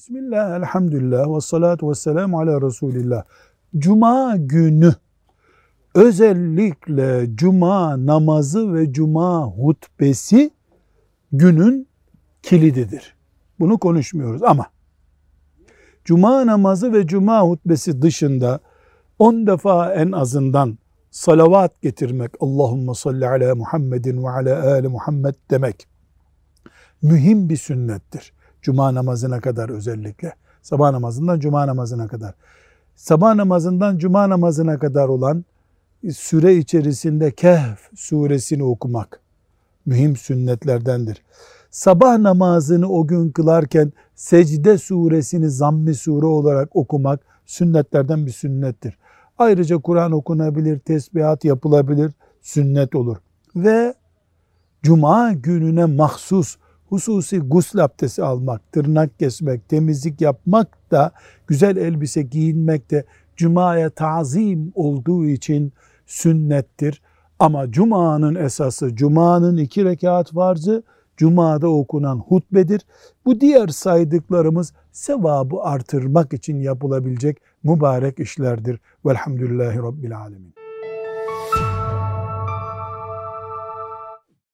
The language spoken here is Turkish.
Bismillah, elhamdülillah, ve salatu ve selamu ala Resulillah. Cuma günü özellikle cuma namazı ve cuma hutbesi günün kilididir. Bunu konuşmuyoruz ama cuma namazı ve cuma hutbesi dışında 10 defa en azından salavat getirmek, Allahümme salli ala Muhammedin ve ala ali Muhammed demek mühim bir sünnettir. Cuma namazına kadar özellikle. Sabah namazından cuma namazına kadar. Sabah namazından cuma namazına kadar olan süre içerisinde Kehf suresini okumak mühim sünnetlerdendir. Sabah namazını o gün kılarken Secde suresini zamm-ı sure olarak okumak sünnetlerden bir sünnettir. Ayrıca Kur'an okunabilir, tesbihat yapılabilir, sünnet olur. Ve cuma gününe mahsus hususi gusül abdesti almak, tırnak kesmek, temizlik yapmak da, güzel elbise giyinmek de cumaya tazim olduğu için sünnettir. Ama cumanın esası, cumanın 2 rekat farzı, cumada okunan hutbedir. Bu diğer saydıklarımız sevabı artırmak için yapılabilecek mübarek işlerdir. Velhamdülillahi Rabbil Alemin.